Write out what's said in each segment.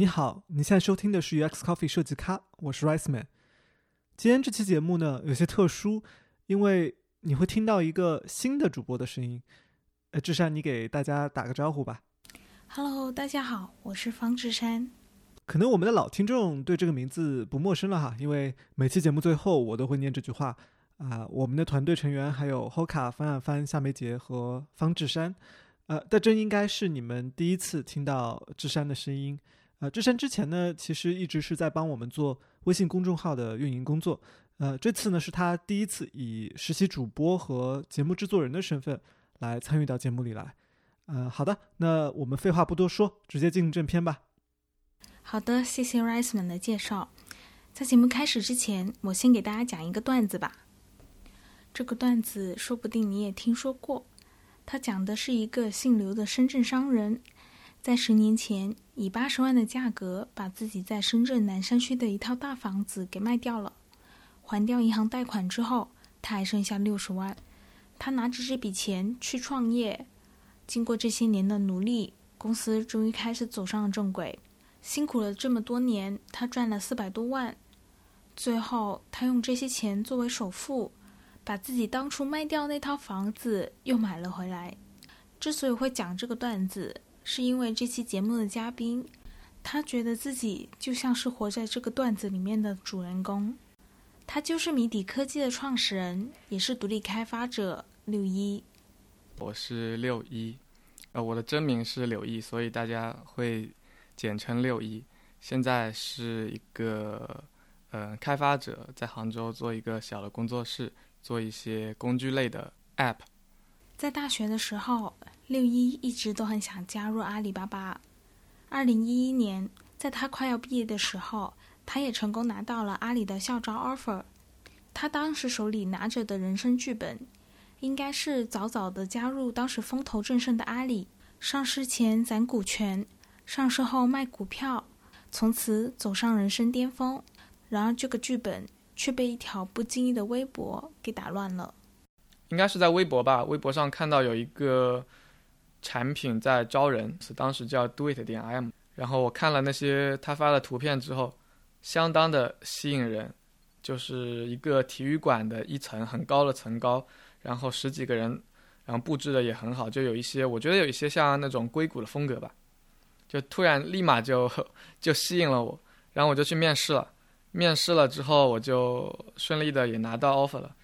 你好，你现在收听的是 UX Coffee 设计咖，我是 Riceman。今天这期节目呢有些特殊，因为你会听到一个新的主播的声音。志山，你给大家打个招呼吧。 Hello， 大家好，我是方志山。 可能我们的老听众对这个名字不陌生了哈，因为每期节目最后我都会念这句话我们的团队成员还有 Hoka、方案帆、夏梅杰和方志山，但这应该是你们第一次听到志山的声音。志山之前呢，其实一直是在帮我们做微信公众号的运营工作。这次呢是他第一次以实习主播和节目制作人的身份来参与到节目里来。好的，那我们废话不多说，直接进正片吧。 好的，谢谢 Riceman 的介绍。在节目开始之前，我先给大家讲一个段子吧。这个段子说不定你也听说过，他讲的是一个姓刘的深圳商人，在10年前以80万的价格把自己在深圳南山区的一套大房子给卖掉了。还掉银行贷款之后，他还剩下60万。他拿着这笔钱去创业，经过这些年的努力，公司终于开始走上了正轨。辛苦了这么多年，他赚了400多万。最后他用这些钱作为首付，把自己当初卖掉那套房子又买了回来。之所以会讲这个段子，是因为这期节目的嘉宾，他觉得自己就像是活在这个段子里面的主人公。他就是谜底科技的创始人，也是独立开发者六一。 我是六一，我的真名是柳毅，所以大家会简称六一。现在是一个开发者，在杭州做一个小的工作室，做一些工具类的 App。 在大学的时候，六一一直都很想加入阿里巴巴。2011年，在他快要毕业的时候，他也成功拿到了阿里的校招 offer。他当时手里拿着的人生剧本，应该是早早的加入当时风头正盛的阿里，上市前攒股权，上市后卖股票，从此走上人生巅峰。然而这个剧本却被一条不经意的微博给打乱了。 应该是在微博吧，微博上看到有一个产品在招人，当时叫 doit.im， 然后我看了那些他发的图片之后，相当的吸引人，就是一个体育馆的一层很高的层高，然后10几个人，然后布置的也很好，就有一些我觉得有一些像那种硅谷的风格吧，就突然立马就吸引了我，然后我就去面试了。面试了之后，我就顺利的也拿到 offer 了。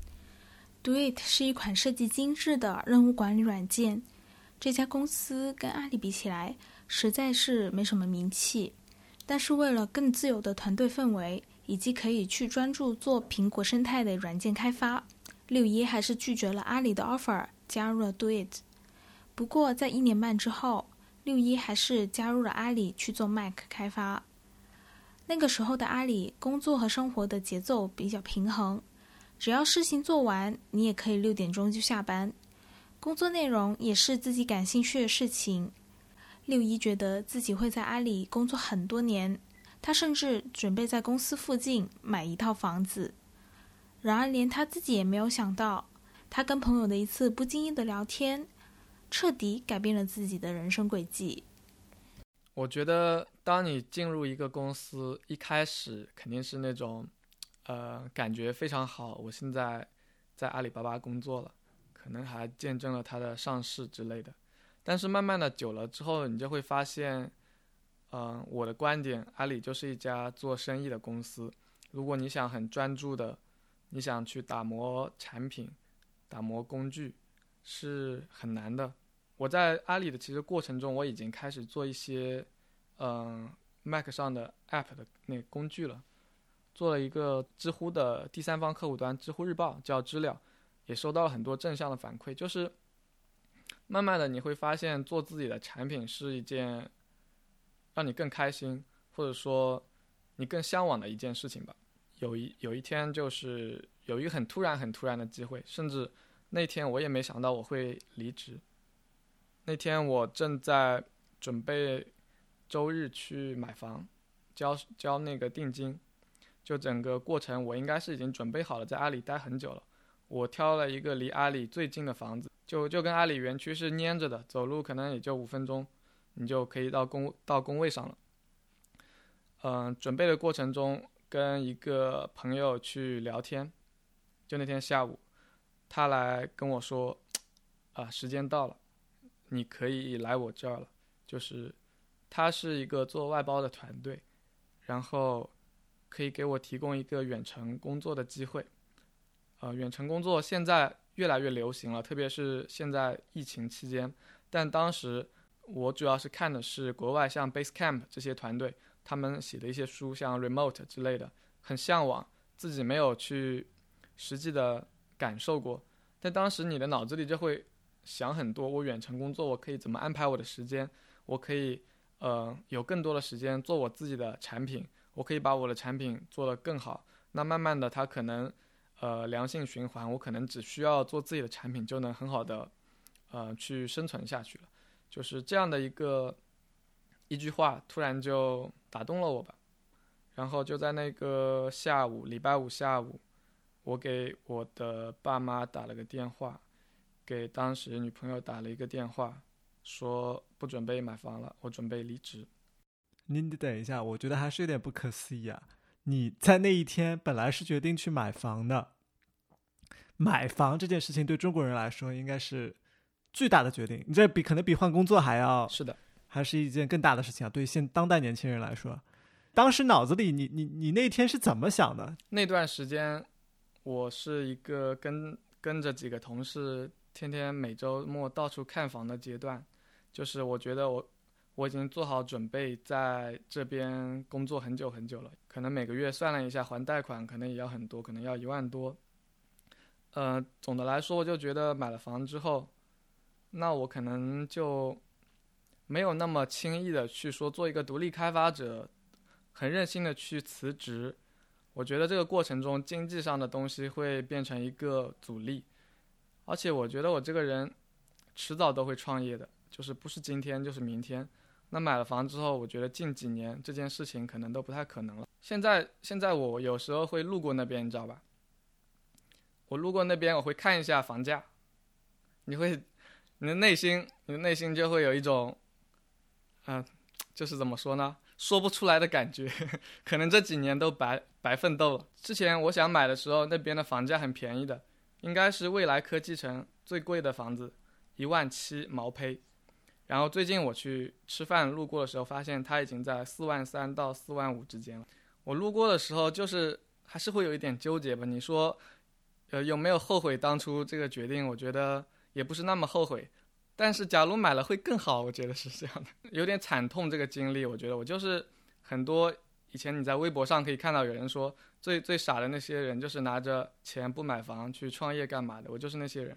Doit 是一款设计精致的任务管理软件，这家公司跟阿里比起来，实在是没什么名气。但是为了更自由的团队氛围，以及可以去专注做苹果生态的软件开发，六一还是拒绝了阿里的 offer， 加入了 Doit。不过在1年半之后，六一还是加入了阿里去做 Mac 开发。那个时候的阿里，工作和生活的节奏比较平衡，只要事情做完，你也可以6点钟就下班。工作内容也是自己感兴趣的事情。六一觉得自己会在阿里工作很多年，他甚至准备在公司附近买一套房子。然而连他自己也没有想到，他跟朋友的一次不经意的聊天，彻底改变了自己的人生轨迹。 我觉得当你进入一个公司，一开始肯定是那种感觉非常好，我现在在阿里巴巴工作了，可能还见证了它的上市之类的。但是慢慢的久了之后，你就会发现我的观点，阿里就是一家做生意的公司。如果你想很专注的，你想去打磨产品，打磨工具，是很难的。我在阿里的其实过程中，我已经开始做一些Mac 上的 App 的那个工具了，做了一个知乎的第三方客户端，知乎日报叫知了，也收到了很多正向的反馈。就是慢慢的你会发现，做自己的产品是一件让你更开心，或者说你更向往的一件事情吧。有一天就是有一个很突然的机会，甚至那天我也没想到我会离职。那天我正在准备周日去买房，交那个定金，就整个过程我应该是已经准备好了，在阿里待很久了。我挑了一个离阿里最近的房子，就跟阿里园区是粘着的，走路可能也就5分钟，你就可以到工位上了。 准备的过程中跟一个朋友去聊天，就那天下午，他来跟我说，时间到了，你可以来我这儿了。就是他是一个做外包的团队，然后可以给我提供一个远程工作的机会。远程工作现在越来越流行了，特别是现在疫情期间。但当时我主要是看的是国外像 Basecamp 这些团队，他们写的一些书，像 Remote 之类的，很向往，自己没有去实际的感受过。但当时你的脑子里就会想很多，我远程工作我可以怎么安排我的时间，我可以有更多的时间做我自己的产品，我可以把我的产品做得更好。那慢慢的它可能良性循环，我可能只需要做自己的产品就能很好的去生存下去了。就是这样的一句话突然就打动了我吧。然后就在那个下午，礼拜五下午，我给我的爸妈打了个电话，给当时女朋友打了一个电话，说不准备买房了，我准备离职。 你等一下，我觉得还是有点不可思议啊！你在那一天本来是决定去买房的，买房这件事情对中国人来说应该是巨大的决定，你这可能比换工作还要， 是的， 还是一件更大的事情啊！对当代年轻人来说，当时脑子里你那天是怎么想的？ 那段时间我是一个跟着几个同事天天每周末到处看房的阶段，就是我觉得我已经做好准备在这边工作很久很久了，可能每个月算了一下还贷款可能也要很多，可能要1万多。总的来说我就觉得买了房之后，那我可能就没有那么轻易的去说做一个独立开发者，很任性的去辞职。我觉得这个过程中经济上的东西会变成一个阻力，而且我觉得我这个人迟早都会创业的，就是不是今天就是明天。那买了房之后，我觉得近几年这件事情可能都不太可能了。现在我有时候会路过那边，你知道吧？我路过那边，我会看一下房价，你的内心就会有一种就是怎么说呢，说不出来的感觉。可能这几年都白奋斗了。之前我想买的时候，那边的房价很便宜的，应该是未来科技城最贵的房子，1.7万毛坯。然后最近我去吃饭路过的时候，发现它已经在4.3万到4.5万之间了。我路过的时候就是还是会有一点纠结吧。你说有没有后悔当初这个决定？我觉得也不是那么后悔，但是假如买了会更好，我觉得是这样的。有点惨痛这个经历，我觉得我就是很多以前你在微博上可以看到有人说最傻的那些人就是拿着钱不买房去创业干嘛的，我就是那些人。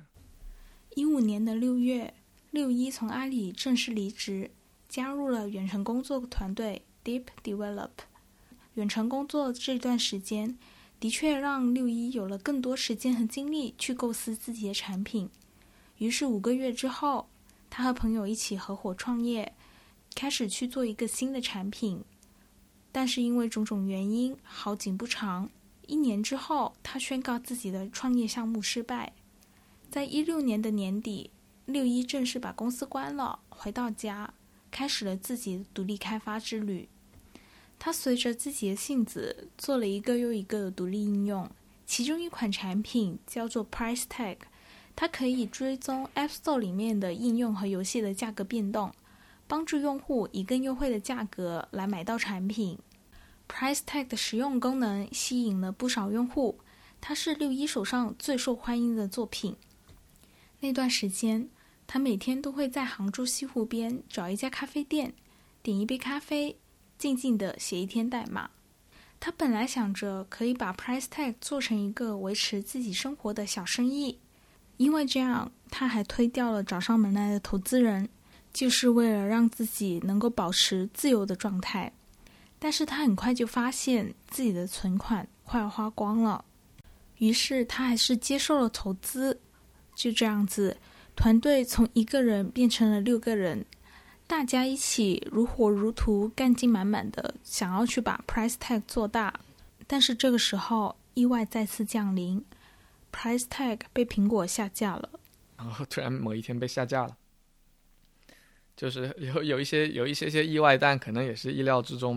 15年的6月，6一从阿里正式离职，加入了远程工作团队 Deep Develop。 远程工作这段时间的确让6一有了更多时间和精力去构思自己的产品。于是5个月之后，他和朋友一起合伙创业，开始去做一个新的产品。但是因为种种原因，好景不长，1年之后，他宣告自己的创业项目失败。在16年的年底，6一正式把公司关了，回到家，开始了自己的独立开发之旅。他随着自己的性子，做了一个又一个的独立应用，其中一款产品叫做 Price Tag， 它可以追踪 App Store 里面的应用和游戏的价格变动，帮助用户以更优惠的价格来买到产品。Price Tag 的实用功能吸引了不少用户，它是6一手上最受欢迎的作品。那段时间，他每天都会在杭州西湖边找一家咖啡店，点一杯咖啡，静静地写一天代码。他本来想着可以把 Price Tag 做成一个维持自己生活的小生意，因为这样他还推掉了找上门来的投资人，就是为了让自己能够保持自由的状态。但是他很快就发现自己的存款快要花光了，于是他还是接受了投资。就这样子，团队从1个人变成了6个人，大家一起如火如荼，干劲满满的想要去把 Price Tag 做大。但是这个时候意外再次降临， Price Tag 被苹果下架了。 然后突然某一天被下架了，就是有一些意外，但可能也是意料之中吧。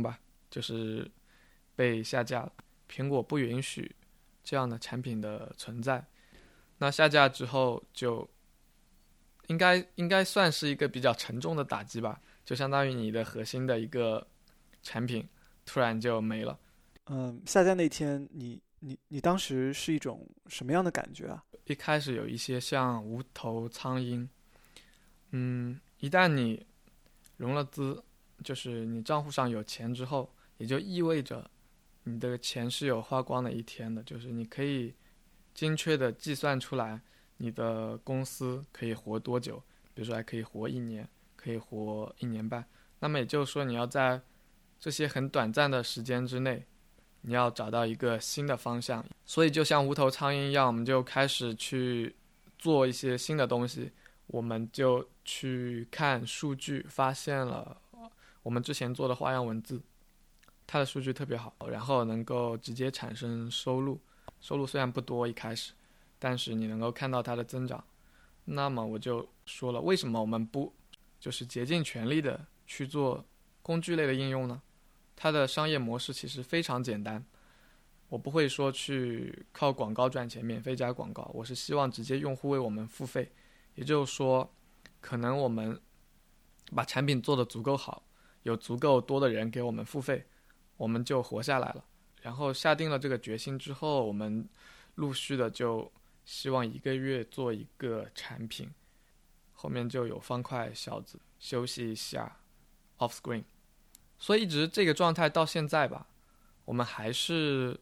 就是被下架了，苹果不允许这样的产品的存在。那下架之后就应该算是一个比较沉重的打击吧，就相当于你的核心的一个产品突然就没了。 下架那天你当时是一种什么样的感觉啊？ 一开始有一些像无头苍蝇，一旦你融了资，就是你账户上有钱之后，也就意味着你的钱是有花光的一天的，就是你可以精确的计算出来你的公司可以活多久，比如说还可以活1年，可以活1年半，那么也就是说你要在这些很短暂的时间之内，你要找到一个新的方向。所以就像无头苍蝇一样，我们就开始去做一些新的东西，我们就去看数据，发现了我们之前做的花样文字它的数据特别好，然后能够直接产生收入虽然不多一开始，但是你能够看到它的增长。那么我就说了，为什么我们不就是竭尽全力的去做工具类的应用呢？它的商业模式其实非常简单，我不会说去靠广告赚钱，免费加广告，我是希望直接用户为我们付费。也就是说，可能我们把产品做得足够好，有足够多的人给我们付费，我们就活下来了。然后下定了这个决心之后，我们陆续的就希望1个月做一个产品，后面就有方块小子休息一下 off screen。 所以一直这个状态到现在吧，我们还是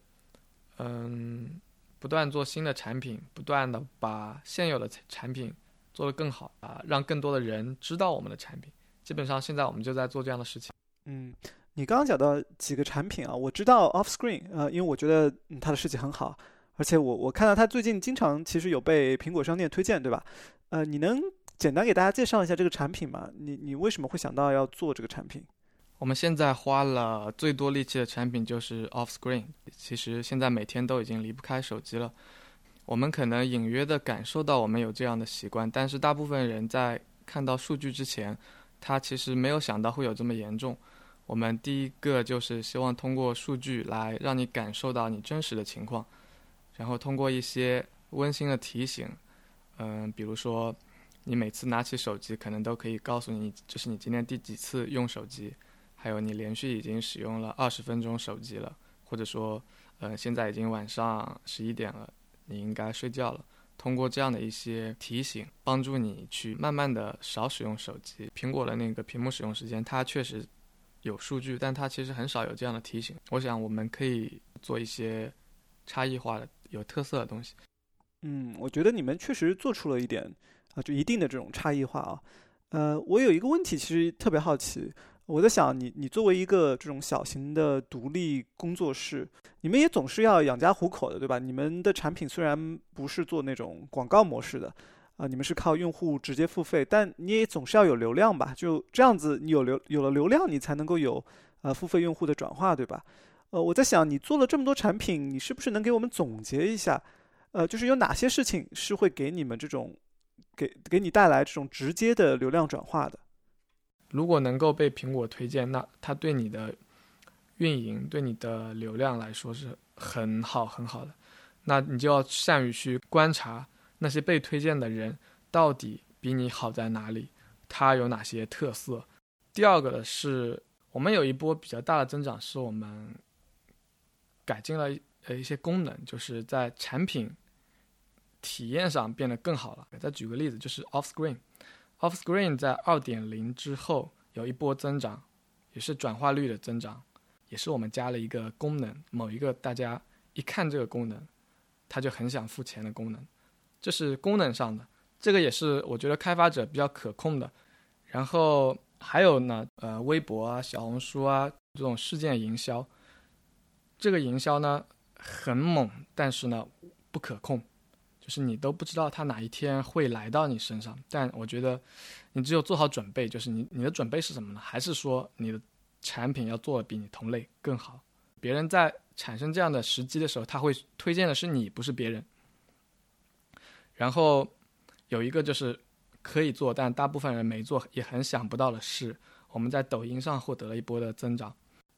不断做新的产品，不断的把现有的产品做得更好让更多的人知道我们的产品。基本上现在我们就在做这样的事情。 你刚刚讲到几个产品啊，我知道 Offscreen，因为我觉得它的设计很好，而且我看到它最近经常其实有被苹果商店推荐，对吧？你能简单给大家介绍一下这个产品吗？你为什么会想到要做这个产品？ 我们现在花了最多力气的产品就是 Offscreen， 其实现在每天都已经离不开手机了。我们可能隐约的感受到我们有这样的习惯，但是大部分人在看到数据之前，他其实没有想到会有这么严重。我们第一个就是希望通过数据来让你感受到你真实的情况，然后通过一些温馨的提醒，比如说你每次拿起手机可能都可以告诉你这是你今天第几次用手机，还有你连续已经使用了20分钟手机了，或者说现在已经晚上11点了，你应该睡觉了。通过这样的一些提醒，帮助你去慢慢的少使用手机。苹果的那个屏幕使用时间它确实有数据，但它其实很少有这样的提醒。我想我们可以做一些差异化的有特色的东西。 我觉得你们确实做出了一点就一定的这种差异化啊。我有一个问题其实特别好奇，我在想你作为一个这种小型的独立工作室，你们也总是要养家糊口的，对吧？你们的产品虽然不是做那种广告模式的你们是靠用户直接付费，但你也总是要有流量吧？就这样子，你有了流量，你才能够有付费用户的转化，对吧？我在想你做了这么多产品，你是不是能给我们总结一下？就是有哪些事情是会给你们这种给你带来这种直接的流量转化的？ 如果能够被苹果推荐，那它对你的运营、对你的流量来说是很好很好的。那你就要善于去观察那些被推荐的人到底比你好在哪里，他有哪些特色。第二个的是，我们有一波比较大的增长，是我们改进了一些功能，就是在产品体验上变得更好了。再举个例子，就是 Offscreen 在 2.0 之后有一波增长，也是转化率的增长，也是我们加了一个功能，某一个大家一看这个功能他就很想付钱的功能，这是功能上的，这个也是我觉得开发者比较可控的。然后还有呢，微博啊、小红书啊这种事件营销，这个营销呢很猛，但是呢不可控，就是你都不知道它哪一天会来到你身上。但我觉得你只有做好准备，就是你的准备是什么呢？还是说你的产品要做得比你同类更好？别人在产生这样的时机的时候，他会推荐的是你，不是别人。然后有一个就是可以做但大部分人没做也很想不到的是，我们在抖音上获得了一波的增长。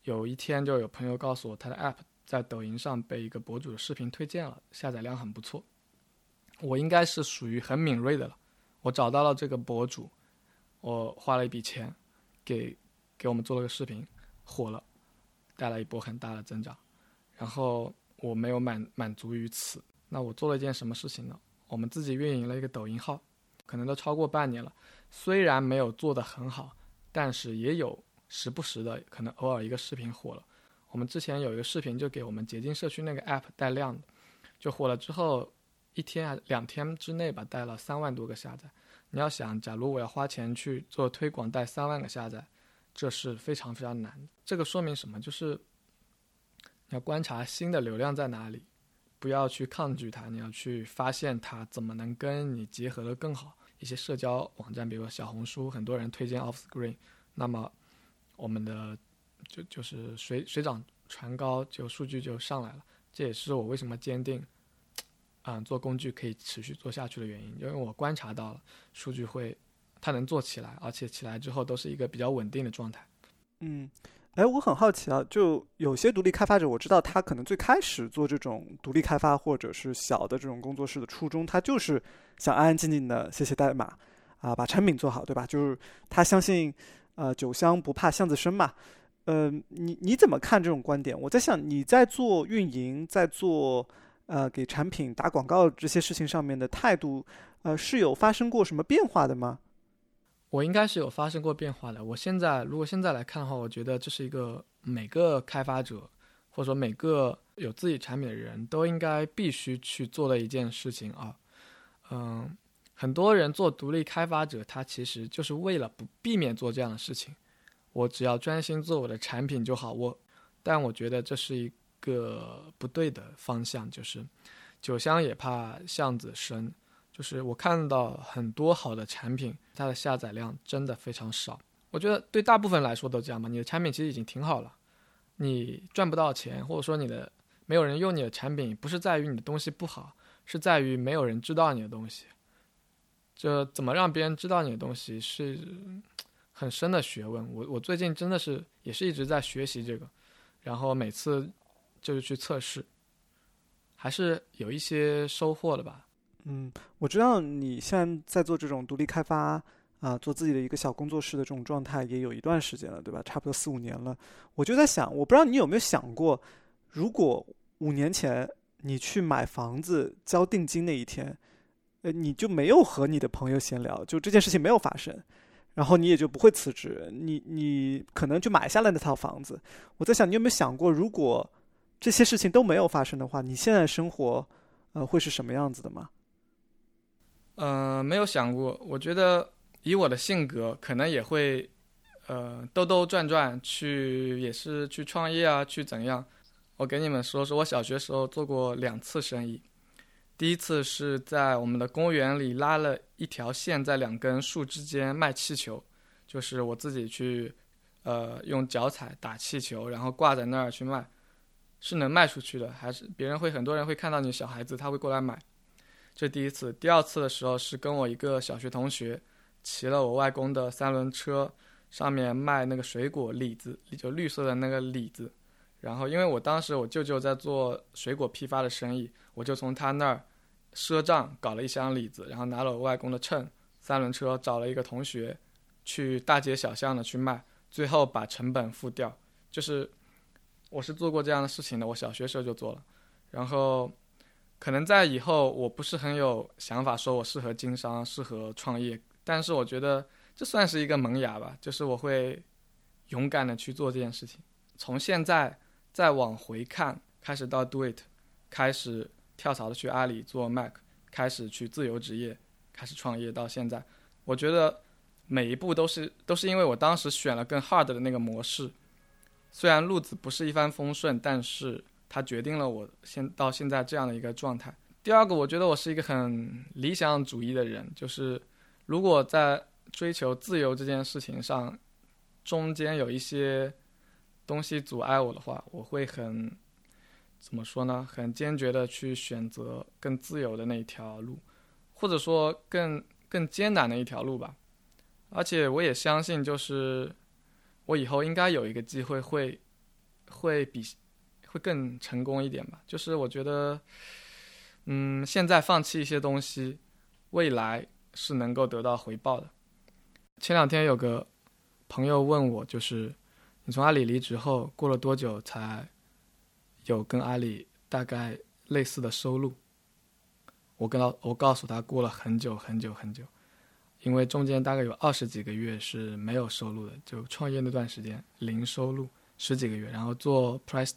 有一天就有朋友告诉我，他的 app 在抖音上被一个博主的视频推荐了，下载量很不错。我应该是属于很敏锐的了，我找到了这个博主，我花了一笔钱给我们做了个视频，火了，带来一波很大的增长。然后我没有满足于此，那我做了一件什么事情呢？我们自己运营了一个抖音号，可能都超过半年了，虽然没有做得很好，但是也有时不时的可能偶尔一个视频火了。我们之前有一个视频就给我们捷径社区那个 app 带量的，就火了之后1天还2天之内吧，带了3万多个下载。你要想，假如我要花钱去做推广带3万个下载，这是非常非常难的。这个说明什么？就是你要观察新的流量在哪里，不要去抗拒它，你要去发现它怎么能跟你结合的更好。一些社交网站，比如说小红书，很多人推荐 Offscreen， 那么我们的就是水涨船高，就数据就上来了。这也是我为什么坚定做工具可以持续做下去的原因，因为我观察到了数据它能做起来，而且起来之后都是一个比较稳定的状态。 我很好奇啊，就有些独立开发者，我知道他可能最开始做这种独立开发或者是小的这种工作室的初衷，他就是想安安静静的写代码把产品做好，对吧？就是他相信酒香不怕巷子深嘛。你怎么看这种观点？我在想，你在做运营，在做给产品打广告这些事情上面的态度，是有发生过什么变化的吗？ 我应该是有发生过变化的。如果现在来看的话，我觉得这是一个每个开发者或者说每个有自己产品的人都应该必须去做的一件事情啊。很多人做独立开发者，他其实就是为了不避免做这样的事情，我只要专心做我的产品就好。但我觉得这是一个不对的方向，就是酒香也怕巷子深。就是我看到很多好的产品，它的下载量真的非常少。我觉得对大部分来说都这样吧。你的产品其实已经挺好了，你赚不到钱，或者说没有人用你的产品，不是在于你的东西不好，是在于没有人知道你的东西。这怎么让别人知道你的东西是很深的学问。我最近真的也是一直在学习这个，然后每次就是去测试，还是有一些收获的吧。 我知道你现在在做这种独立开发做自己的一个小工作室的这种状态也有一段时间了，对吧？差不多4-5年了。我就在想，我不知道你有没有想过，如果5年前你去买房子交定金那一天，你就没有和你的朋友闲聊，就这件事情没有发生，然后你也就不会辞职，你可能就买下了那套房子。我在想，你有没有想过，如果这些事情都没有发生的话，你现在的生活会是什么样子的吗？ 没有想过。我觉得以我的性格，可能也会兜兜转转也是去创业啊，去怎样。我给你们说说，我小学时候做过2次生意。第一次是在我们的公园里拉了一条线，在2根树之间卖气球，就是我自己去用脚踩打气球，然后挂在那儿去卖，是能卖出去的，还是很多人会看到你小孩子，他会过来买。这第一次。第二次的时候是跟我一个小学同学骑了我外公的3轮车，上面卖那个水果李子，就绿色的那个李子。然后因为我当时我舅舅在做水果批发的生意，我就从他那儿赊账搞了1箱李子，然后拿了我外公的秤，3轮车找了一个同学去大街小巷的去卖，最后把成本付掉。就是我是做过这样的事情的，我小学时候就做了。然后可能在以后我不是很有想法说我适合经商适合创业，但是我觉得这算是一个萌芽吧，就是我会勇敢的去做这件事情。从现在再往回看，开始到 Do It， 开始跳槽的去阿里做 Mac， 开始去自由职业，开始创业，到现在我觉得每一步都是因为我当时选了更 hard 的那个模式。虽然路子不是一帆风顺，但是它决定了我到现在这样的一个状态。第二个，我觉得我是一个很理想主义的人，就是如果在追求自由这件事情上中间有一些东西阻碍我的话，我会怎么说呢，很坚决的去选择更自由的那一条路，或者说更艰难的一条路吧。而且我也相信，就是我以后应该有一个机会会会更成功一点吧。就是我觉得现在放弃一些东西，未来是能够得到回报的。前2天有个朋友问我，就是你从阿里离职后过了多久才有跟阿里大概类似的收入？我告诉他过了很久很久很久，因为中间大概有20几个月是没有收入的，就创业那段时间零收入10几个月，然后做 price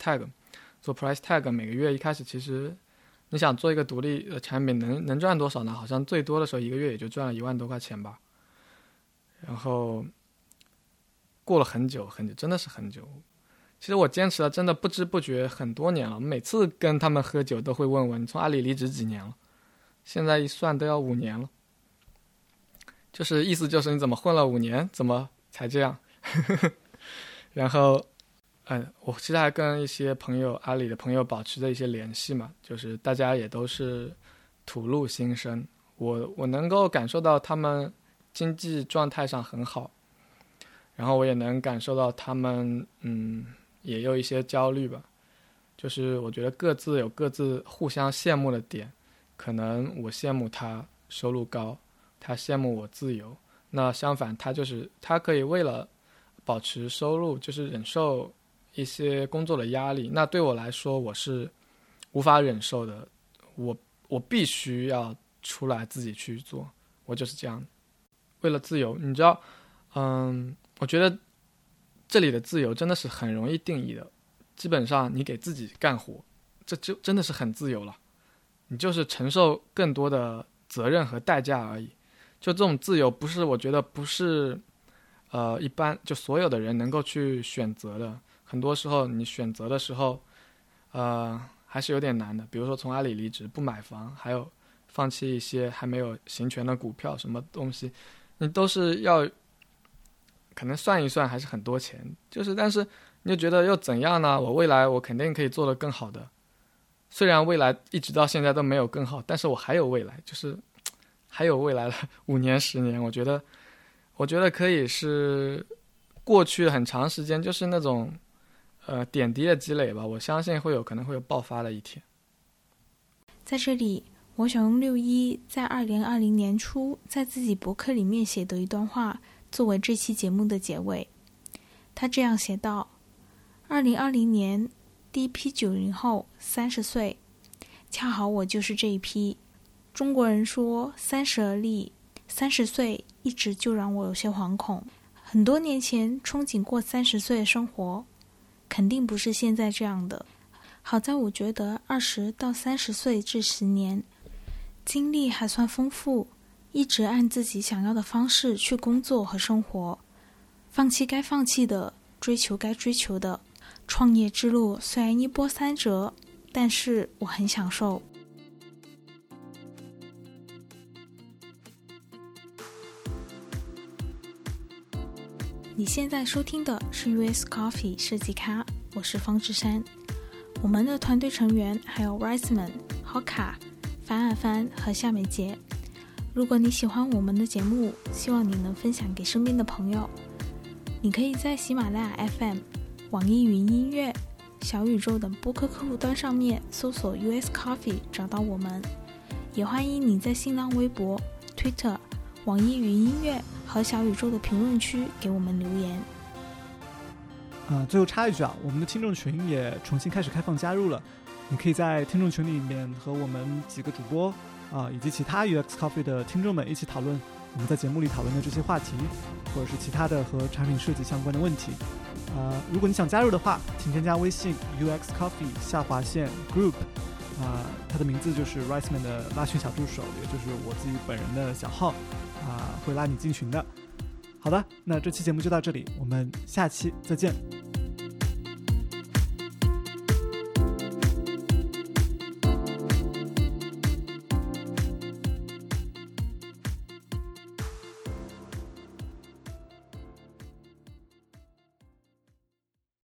tag 每个月一开始其实你想做一个独立的产品能赚多少呢？好像最多的时候1个月也就赚了1万多块钱吧。然后过了很久很久，真的是很久。其实我坚持了真的不知不觉很多年了，每次跟他们喝酒都会问我你从阿里离职几年了，现在一算都要5年了。就是意思就是你怎么混了5年，怎么才这样？然后我其实还跟一些朋友，阿里的朋友保持着一些联系嘛，就是大家也都是吐露心声，我能够感受到他们经济状态上很好，然后我也能感受到他们也有一些焦虑吧。就是我觉得各自有各自互相羡慕的点，可能我羡慕他收入高，他羡慕我自由，那相反他可以为了保持收入就是忍受一些工作的压力，那对我来说我是无法忍受的，我必须要出来自己去做，我就是这样。为了自由，你知道我觉得这里的自由真的是很容易定义的，基本上你给自己干活，这就真的是很自由了，你就是承受更多的责任和代价而已。就这种自由我觉得不是一般就所有的人能够去选择的，很多时候你选择的时候还是有点难的。比如说从阿里离职，不买房，还有放弃一些还没有行权的股票，什么东西你都是要可能算一算还是很多钱，但是你就觉得又怎样呢？我未来我肯定可以做得更好的，虽然未来一直到现在都没有更好，但是我还有未来，就是还有未来的5年10年，我觉得可以是过去很长时间就是那种点滴的积累吧，我相信可能会有爆发的一天。 在这里我想用6·1在2020年初在自己博客里面写的一段话作为这期节目的结尾。他这样写道：2020年第一批90后30岁，恰好我就是这一批。中国人说30而立，30岁一直就让我有些惶恐。很多年前憧憬过30岁的生活，肯定不是现在这样的。好在我觉得20到30岁这10年经历还算丰富，一直按自己想要的方式去工作和生活，放弃该放弃的，追求该追求的。创业之路虽然一波三折，但是我很享受。你现在收听的是 US Coffee 设计咖，我是方志山。我们的团队成员还有 Riceman、Hoka、凡和夏美杰。如果你喜欢我们的节目，希望你能分享给身边的朋友。你可以在喜马拉雅 FM、网易云音乐、小宇宙等播客客户端上面搜索 US Coffee 找到我们。也欢迎你在新浪微博、Twitter、网易云音乐和小宇宙的评论区给我们留言。 最后插一句啊，我们的听众群也重新开始开放加入了，你可以在听众群里面和我们几个主播以及其他 UX Coffee 的听众们一起讨论我们在节目里讨论的这些话题，或者是其他的和产品设计相关的问题。如果你想加入的话，请添加微信 UX Coffee _group，它的名字就是 Riceman 的拉群小助手，也就是我自己本人的小号会拉你进群的。好的，那这期节目就到这里，我们下期再见。